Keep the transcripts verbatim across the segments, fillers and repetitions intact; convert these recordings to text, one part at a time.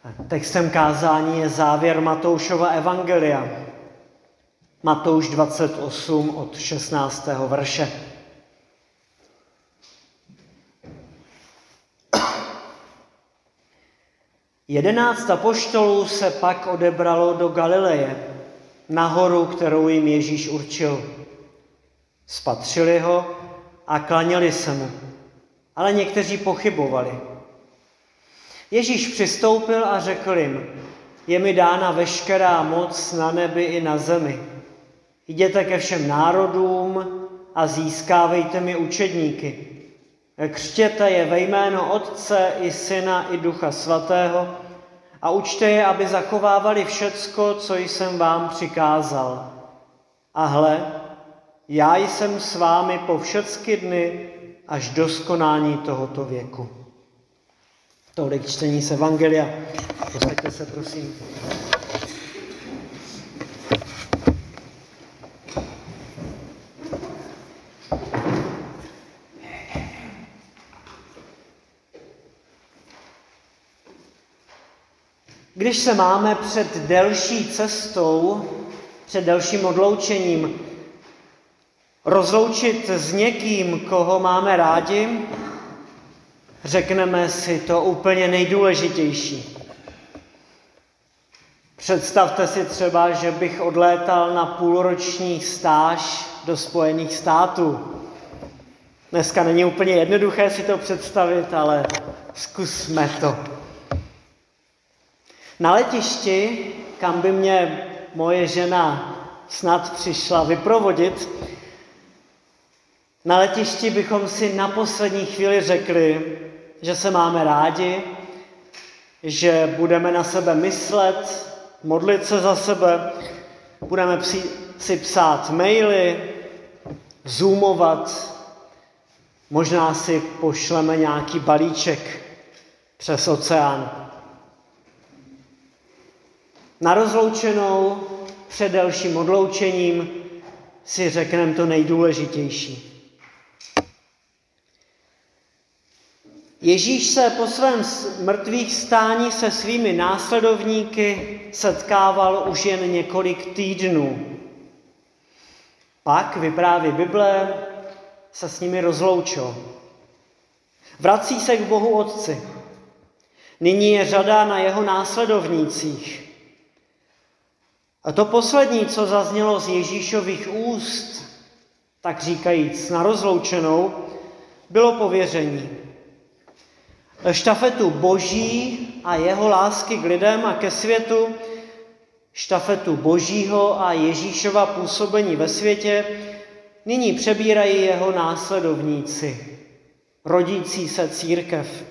Textem kázání je závěr Matoušova evangelia. Matouš dvacet osm od šestnáctého verše. Jedenáct apoštolů se pak odebralo do Galileje, na horu, kterou jim Ježíš určil. Spatřili ho a klaněli se mu, ale někteří pochybovali. Ježíš přistoupil a řekl jim, je mi dána veškerá moc na nebi i na zemi. Jděte ke všem národům a získávejte mi učedníky. Křtěte je ve jméno Otce i Syna i Ducha Svatého a učte je, aby zachovávali všecko, co jsem vám přikázal. A hle, já jsem s vámi po všechny dny až do skonání tohoto věku. Tolik čtení z evangelia. Posaďte se, prosím. Když se máme před delší cestou, před delším odloučením rozloučit s někým, koho máme rádi, řekneme si to úplně nejdůležitější. Představte si třeba, že bych odlétal na půlroční stáž do Spojených států. Dneska není úplně jednoduché si to představit, ale zkusme to. Na letišti, kam by mě moje žena snad přišla vyprovodit, na letišti bychom si na poslední chvíli řekli, že se máme rádi, že budeme na sebe myslet, modlit se za sebe, budeme psi, si psát maily, zoomovat, možná si pošleme nějaký balíček přes oceán. Na rozloučenou před delším odloučením si řekneme to nejdůležitější. Ježíš se po svém mrtvých stání se svými následovníky setkával už jen několik týdnů. Pak, vypráví Bible, se s nimi rozloučil. Vrací se k Bohu Otci. Nyní je řada na jeho následovnících. A to poslední, co zaznělo z Ježíšových úst, tak říkajíc na rozloučenou, bylo pověření. Štafetu Boží a jeho lásky k lidem a ke světu, štafetu Božího a Ježíšova působení ve světě, nyní přebírají jeho následovníci, rodící se církev.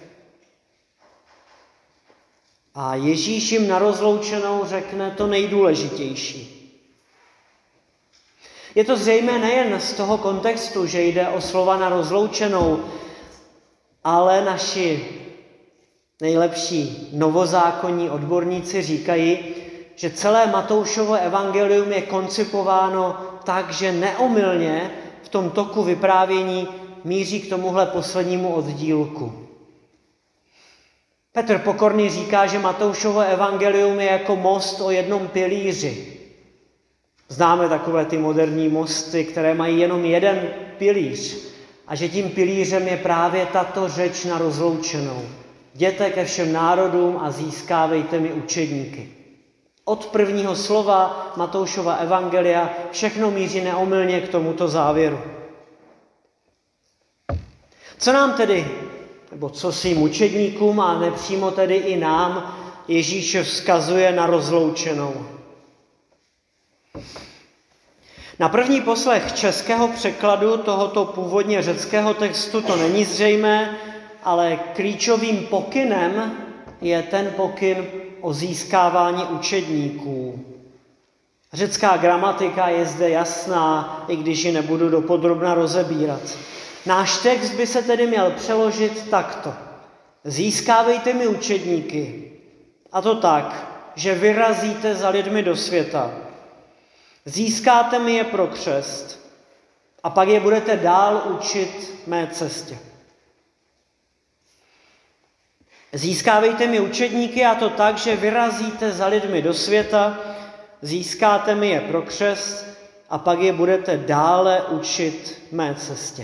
A Ježíš jim na rozloučenou řekne to nejdůležitější. Je to zřejmé nejen z toho kontextu, že jde o slova na rozloučenou, ale naši nejlepší novozákonní odborníci říkají, že celé Matoušovo evangelium je koncipováno tak, že neomylně v tom toku vyprávění míří k tomuhle poslednímu oddílku. Petr Pokorný říká, že Matoušovo evangelium je jako most o jednom pilíři. Známe takové ty moderní mosty, které mají jenom jeden pilíř a že tím pilířem je právě tato řeč na rozloučenou. Jděte ke všem národům a získávejte mi učedníky. Od prvního slova Matoušova evangelia všechno míří neomylně k tomuto závěru. Co nám tedy, nebo co svým učedníkům a nepřímo tedy i nám Ježíš vzkazuje na rozloučenou? Na první poslech českého překladu tohoto původně řeckého textu to není zřejmé, ale klíčovým pokynem je ten pokyn o získávání učedníků. Řecká gramatika je zde jasná, i když ji nebudu dopodrobna rozebírat. Náš text by se tedy měl přeložit takto. Získávejte mi učedníky. A to tak, že vyrazíte za lidmi do světa. Získáte mi je pro křest a pak je budete dál učit mé cestě. Získávejte mi učedníky, a to tak, že vyrazíte za lidmi do světa, získáte mi je pro křest a pak je budete dále učit mé cestě.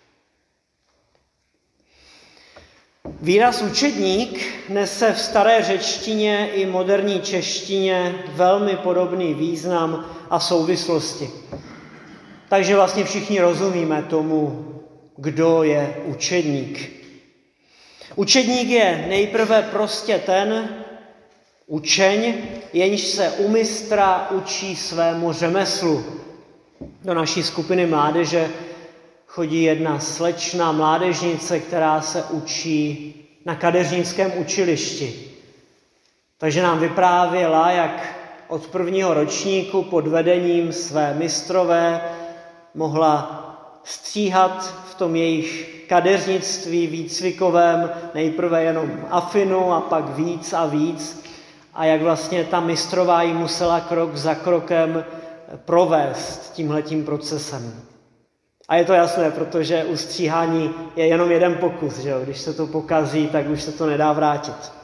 Výraz učedník nese v staré řečtině i moderní češtině velmi podobný význam a souvislosti. Takže vlastně všichni rozumíme tomu, kdo je učedník. Učedník je nejprve prostě ten učeň, jenž se u mistra učí svému řemeslu. Do naší skupiny mládeže chodí jedna slečna mládežnice, která se učí na kadeřnickém učilišti. Takže nám vyprávěla, jak od prvního ročníku pod vedením své mistrové mohla stříhat v tom jejich kadeřnictví výcvikovém nejprve jenom afinu a pak víc a víc. A jak vlastně ta mistrová jí musela krok za krokem provést tímhletím procesem. A je to jasné, protože u stříhání je jenom jeden pokus, že jo? Když se to pokazí, tak už se to nedá vrátit.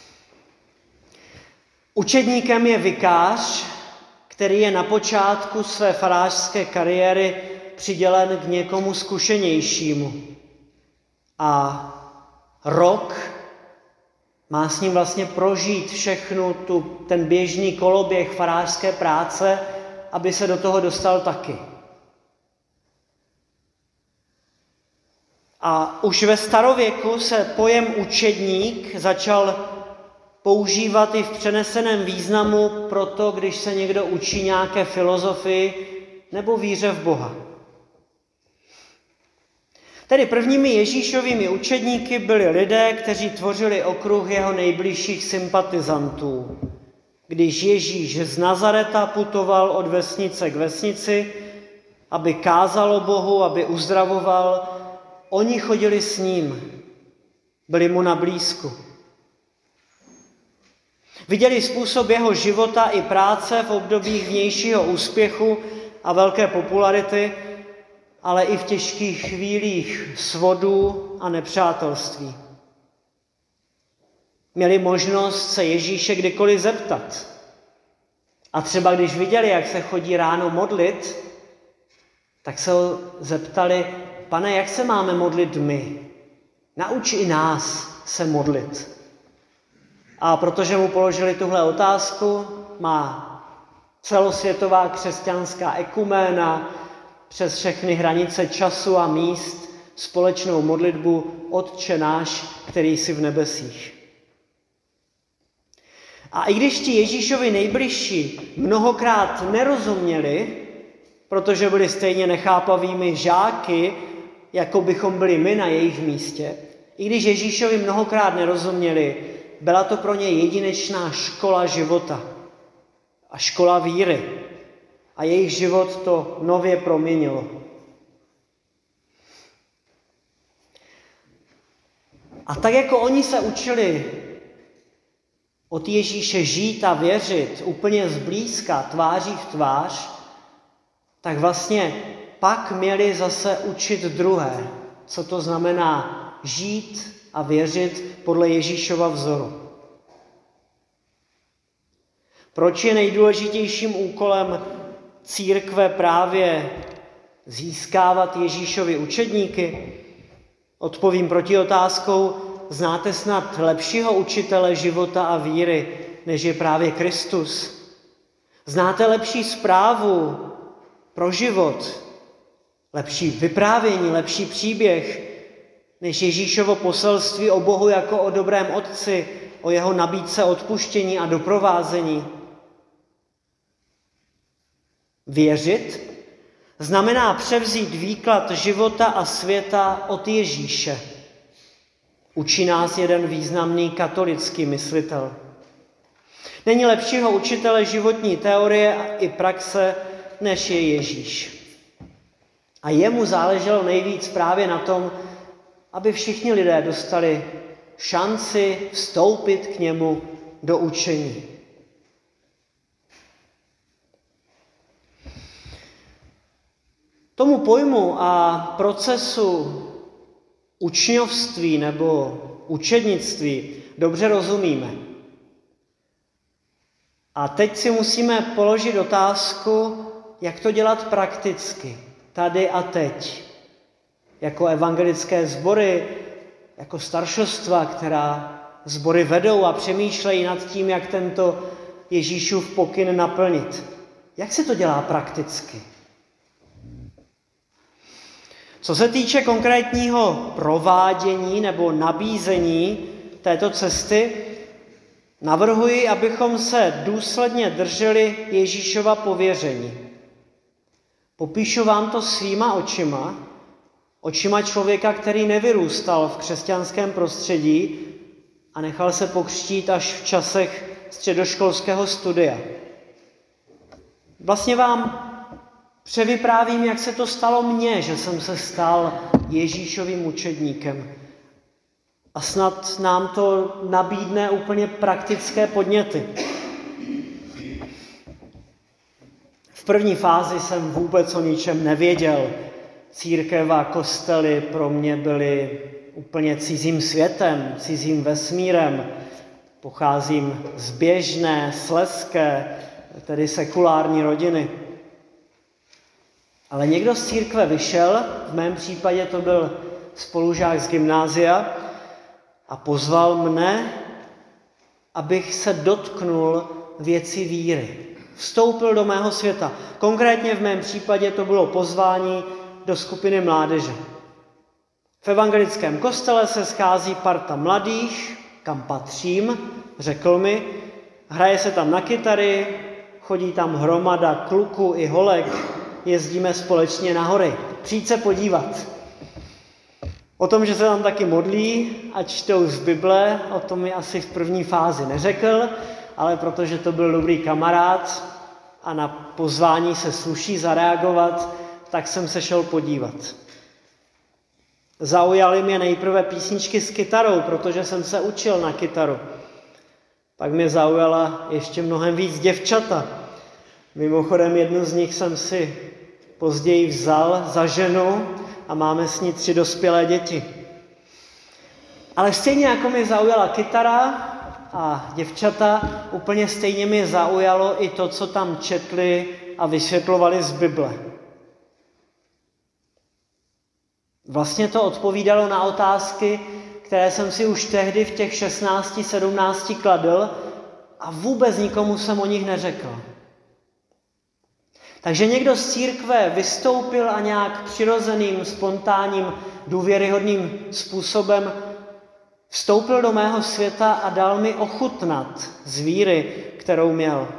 Učedníkem je vikář, který je na počátku své farářské kariéry přidělen k někomu zkušenějšímu. A rok má s ním vlastně prožít všechnu tu, ten běžný koloběh farářské práce, aby se do toho dostal taky. A už ve starověku se pojem učedník začal používat i v přeneseném významu proto, když se někdo učí nějaké filozofii nebo víře v Boha. Tedy prvními Ježíšovými učedníky byli lidé, kteří tvořili okruh jeho nejbližších sympatizantů. Když Ježíš z Nazareta putoval od vesnice k vesnici, aby kázal o Bohu, aby uzdravoval, oni chodili s ním, byli mu na blízku. Viděli způsob jeho života i práce v obdobích vnějšího úspěchu a velké popularity, ale i v těžkých chvílích svodů a nepřátelství. Měli možnost se Ježíše kdykoliv zeptat. A třeba když viděli, jak se chodí ráno modlit, tak se ho zeptali: Pane, jak se máme modlit my? Nauč i nás se modlit. A protože mu položili tuhle otázku, má celosvětová křesťanská ekuména přes všechny hranice času a míst společnou modlitbu Otče náš, který jsi v nebesích. A i když ti Ježíšovi nejbližší mnohokrát nerozuměli, protože byli stejně nechápavými žáky, jako bychom byli my na jejich místě, i když Ježíšovi mnohokrát nerozuměli, byla to pro ně jedinečná škola života a škola víry. A jejich život to nově proměnilo. A tak jako oni se učili od Ježíše žít a věřit úplně zblízka, tváří v tvář, tak vlastně pak měli zase učit druhé, co to znamená žít a věřit podle Ježíšova vzoru. Proč je nejdůležitějším úkolem církve právě získávat Ježíšovi učedníky? Odpovím protiotázkou: znáte snad lepšího učitele života a víry, než je právě Kristus? Znáte lepší zprávu pro život, lepší vyprávění, lepší příběh, než Ježíšovo poselství o Bohu jako o dobrém otci, o jeho nabídce odpuštění a doprovázení? Věřit znamená převzít výklad života a světa od Ježíše. Učí nás jeden významný katolický myslitel. Není lepšího učitele životní teorie i praxe, než je Ježíš. A jemu záleželo nejvíc právě na tom, aby všichni lidé dostali šanci vstoupit k němu do učení. Tomu pojmu a procesu učňovství nebo učednictví dobře rozumíme. A teď si musíme položit otázku, jak to dělat prakticky, tady a teď. Jako evangelické sbory, jako staršostva, která sbory vedou a přemýšlejí nad tím, jak tento Ježíšův pokyn naplnit. Jak se to dělá prakticky? Co se týče konkrétního provádění nebo nabízení této cesty, navrhuji, abychom se důsledně drželi Ježíšova pověření. Popíšu vám to svýma očima, očima člověka, který nevyrůstal v křesťanském prostředí a nechal se pokřtít až v časech středoškolského studia. Vlastně vám převyprávím, jak se to stalo mně, že jsem se stal Ježíšovým učedníkem. A snad nám to nabídne úplně praktické podněty. V první fázi jsem vůbec o ničem nevěděl. Církev a kostely pro mě byly úplně cizím světem, cizím vesmírem. Pocházím z běžné, slezské, tedy sekulární rodiny. Ale někdo z církve vyšel, v mém případě to byl spolužák z gymnázia, a pozval mne, abych se dotknul věci víry. Vstoupil do mého světa. Konkrétně v mém případě to bylo pozvání do skupiny mládeže. V evangelickém kostele se schází parta mladých, kam patřím, řekl mi, hraje se tam na kytary, chodí tam hromada kluků i holek, jezdíme společně na hory. Přijď se podívat. O tom, že se tam taky modlí a čtou z Bible, o tom mi asi v první fázi neřekl, ale protože to byl dobrý kamarád a na pozvání se sluší zareagovat, tak jsem se šel podívat. Zaujaly mě nejprve písničky s kytarou, protože jsem se učil na kytaru. Pak mě zaujala ještě mnohem víc děvčata. Mimochodem jednu z nich jsem si později vzal za ženu a máme s ní tři dospělé děti. Ale stejně jako mě zaujala kytara a děvčata, úplně stejně mě zaujalo i to, co tam četli a vysvětlovali z Bible. Vlastně to odpovídalo na otázky, které jsem si už tehdy v těch šestnácti sedmnácti kladl a vůbec nikomu jsem o nich neřekl. Takže někdo z církve vystoupil a nějak přirozeným, spontánním, důvěryhodným způsobem vstoupil do mého světa a dal mi ochutnat z víry, kterou měl.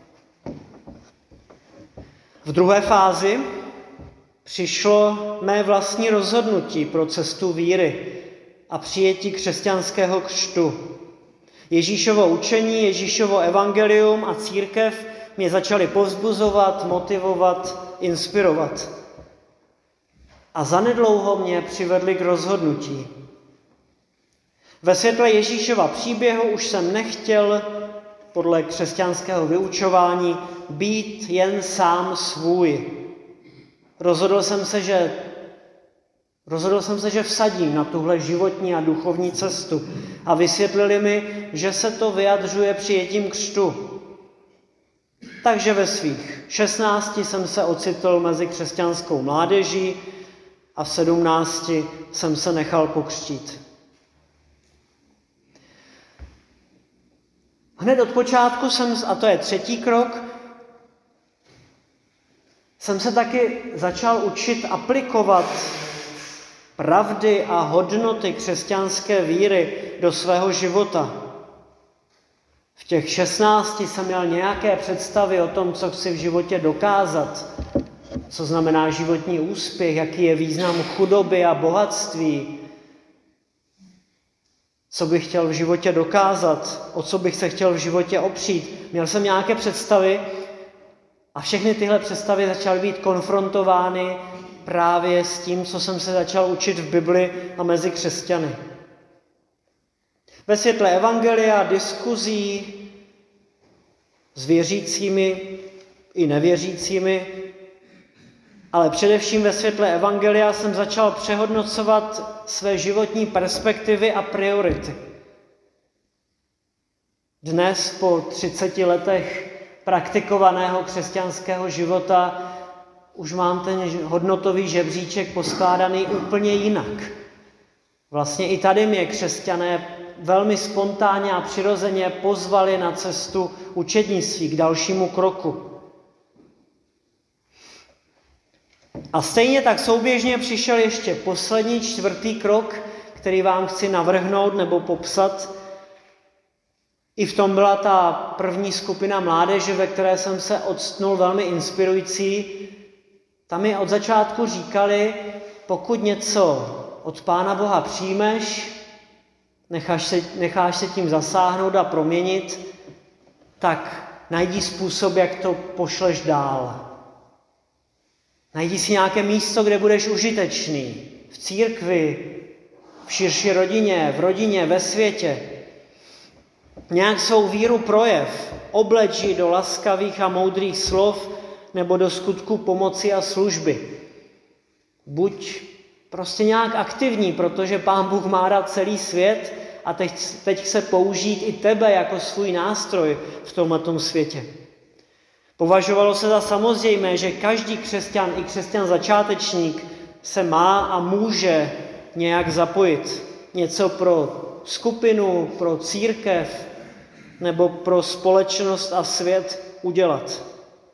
V druhé fázi přišlo mé vlastní rozhodnutí pro cestu víry a přijetí křesťanského křtu. Ježíšovo učení, Ježíšovo evangelium a církev mě začaly povzbuzovat, motivovat, inspirovat. A zanedlouho mě přivedli k rozhodnutí. Ve světle Ježíšova příběhu už jsem nechtěl, podle křesťanského vyučování, být jen sám svůj. Rozhodl jsem se, že, rozhodl jsem se, že vsadím na tuhle životní a duchovní cestu a vysvětlili mi, že se to vyjadřuje přijetím křtu. Takže ve svých šestnácti jsem se ocitl mezi křesťanskou mládeží a v sedmnácti jsem se nechal pokřtít. Hned od počátku jsem, a to je třetí krok, jsem se taky začal učit aplikovat pravdy a hodnoty křesťanské víry do svého života. V těch šestnácti jsem měl nějaké představy o tom, co chci v životě dokázat, co znamená životní úspěch, jaký je význam chudoby a bohatství, co bych chtěl v životě dokázat, o co bych se chtěl v životě opřít. Měl jsem nějaké představy a všechny tyhle představy začaly být konfrontovány právě s tím, co jsem se začal učit v Bibli a mezi křesťany. Ve světle evangelia, diskuzí s věřícími i nevěřícími, ale především ve světle evangelia jsem začal přehodnocovat své životní perspektivy a priority. Dnes po třiceti letech praktikovaného křesťanského života už mám ten hodnotový žebříček poskládaný úplně jinak. Vlastně i tady mě křesťané velmi spontánně a přirozeně pozvali na cestu učednictví k dalšímu kroku. A stejně tak souběžně přišel ještě poslední, čtvrtý krok, který vám chci navrhnout nebo popsat. I v tom byla ta první skupina mládeže, ve které jsem se odstnul, velmi inspirující. Tam mi od začátku říkali, pokud něco od Pána Boha přijmeš, necháš se, necháš se tím zasáhnout a proměnit, tak najdi způsob, jak to pošleš dál. Najdi si nějaké místo, kde budeš užitečný. V církvi, v širší rodině, v rodině, ve světě. Nějak svou víru projev, obleči do laskavých a moudrých slov nebo do skutku pomoci a služby. Buď prostě nějak aktivní, protože Pán Bůh má rád celý svět a teď, teď chce použít i tebe jako svůj nástroj v tomhletom světě. Považovalo se za samozřejmé, že každý křesťan, i křesťan začátečník, se má a může nějak zapojit. Něco pro skupinu, pro církev nebo pro společnost a svět udělat.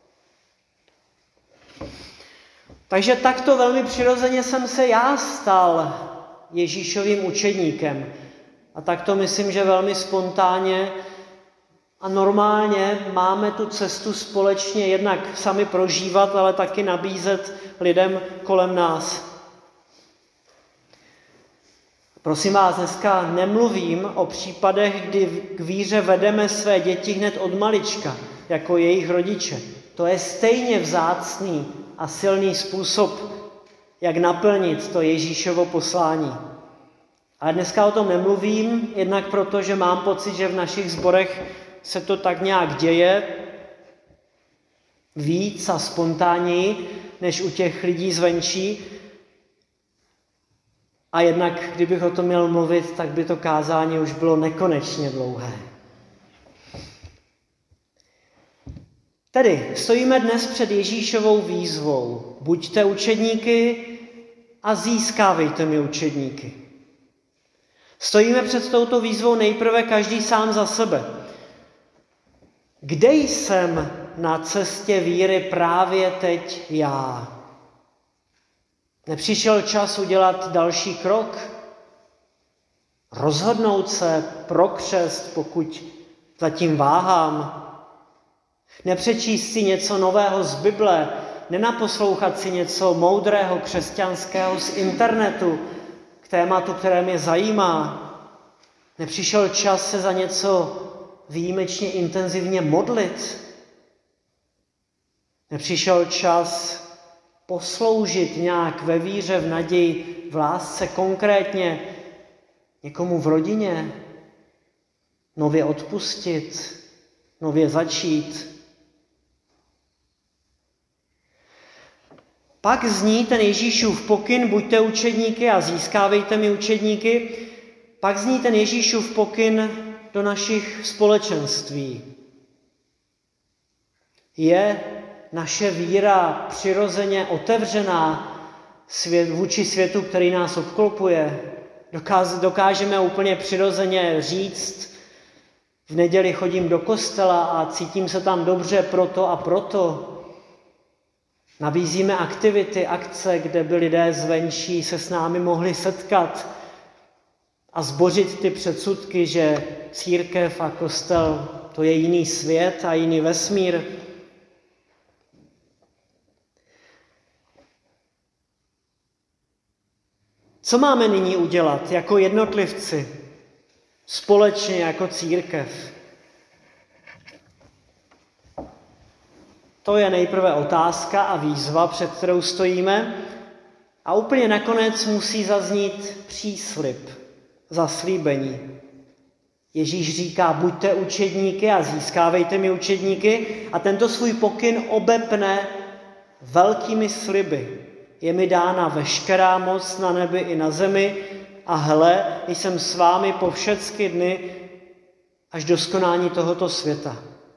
Takže takto velmi přirozeně jsem se já stal Ježíšovým učedníkem. A takto myslím, že velmi spontánně a normálně máme tu cestu společně jednak sami prožívat, ale taky nabízet lidem kolem nás. Prosím vás, dneska nemluvím o případech, kdy k víře vedeme své děti hned od malička, jako jejich rodiče. To je stejně vzácný a silný způsob, jak naplnit to Ježíšovo poslání. Ale dneska o tom nemluvím, jednak proto, že mám pocit, že v našich sborech se to tak nějak děje víc a spontánněji, než u těch lidí zvenčí. A jednak, kdybych o tom měl mluvit, tak by to kázání už bylo nekonečně dlouhé. Tedy stojíme dnes před Ježíšovou výzvou. Buďte učedníky a získávejte mi učedníky. Stojíme před touto výzvou nejprve každý sám za sebe. Kde jsem na cestě víry právě teď já? Nepřišel čas udělat další krok? Rozhodnout se pro křest, pokud zatím váhám? Nepřečíst si něco nového z Bible? Nenaposlouchat si něco moudrého křesťanského z internetu k tématu, které mě zajímá? Nepřišel čas se za něco výjimečně intenzivně modlit? Nepřišel čas posloužit nějak ve víře, v naději, v lásce konkrétně někomu v rodině? Nově odpustit? Nově začít? Pak zní ten Ježíšův pokyn, buďte učedníky a získávejte mi učedníky. Pak zní ten Ježíšův pokyn do našich společenství. Je naše víra přirozeně otevřená svět, vůči světu, který nás obklopuje? Dokáž, dokážeme úplně přirozeně říct, v neděli chodím do kostela a cítím se tam dobře proto a proto. Nabízíme aktivity, akce, kde by lidé zvenčí se s námi mohli setkat a zbořit ty předsudky, že církev a kostel to je jiný svět a jiný vesmír. Co máme nyní udělat jako jednotlivci, společně jako církev? To je nejprve otázka a výzva, před kterou stojíme. A úplně nakonec musí zaznít příslib, zaslíbení. Ježíš říká, buďte učedníky a získávejte mi učedníky. A tento svůj pokyn obepne velkými sliby. Je mi dána veškerá moc na nebi i na zemi a hle, jsem s vámi po všechny dny až do skonání tohoto světa.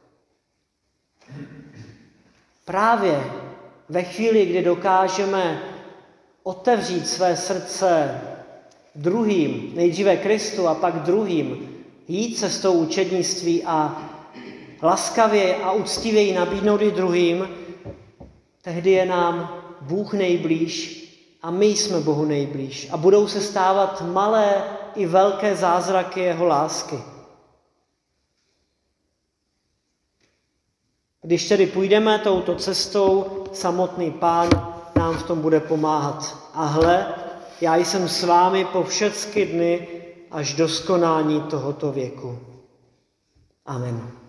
Právě ve chvíli, kdy dokážeme otevřít své srdce druhým, nejdříve Kristu a pak druhým, jít cestou učednictví a laskavě a úctivěji nabídnout i druhým, tehdy je nám Bůh nejblíž a my jsme Bohu nejblíž. A budou se stávat malé i velké zázraky jeho lásky. Když tedy půjdeme touto cestou, samotný Pán nám v tom bude pomáhat. A hle, já jsem s vámi po všechny dny až do skonání tohoto věku. Amen.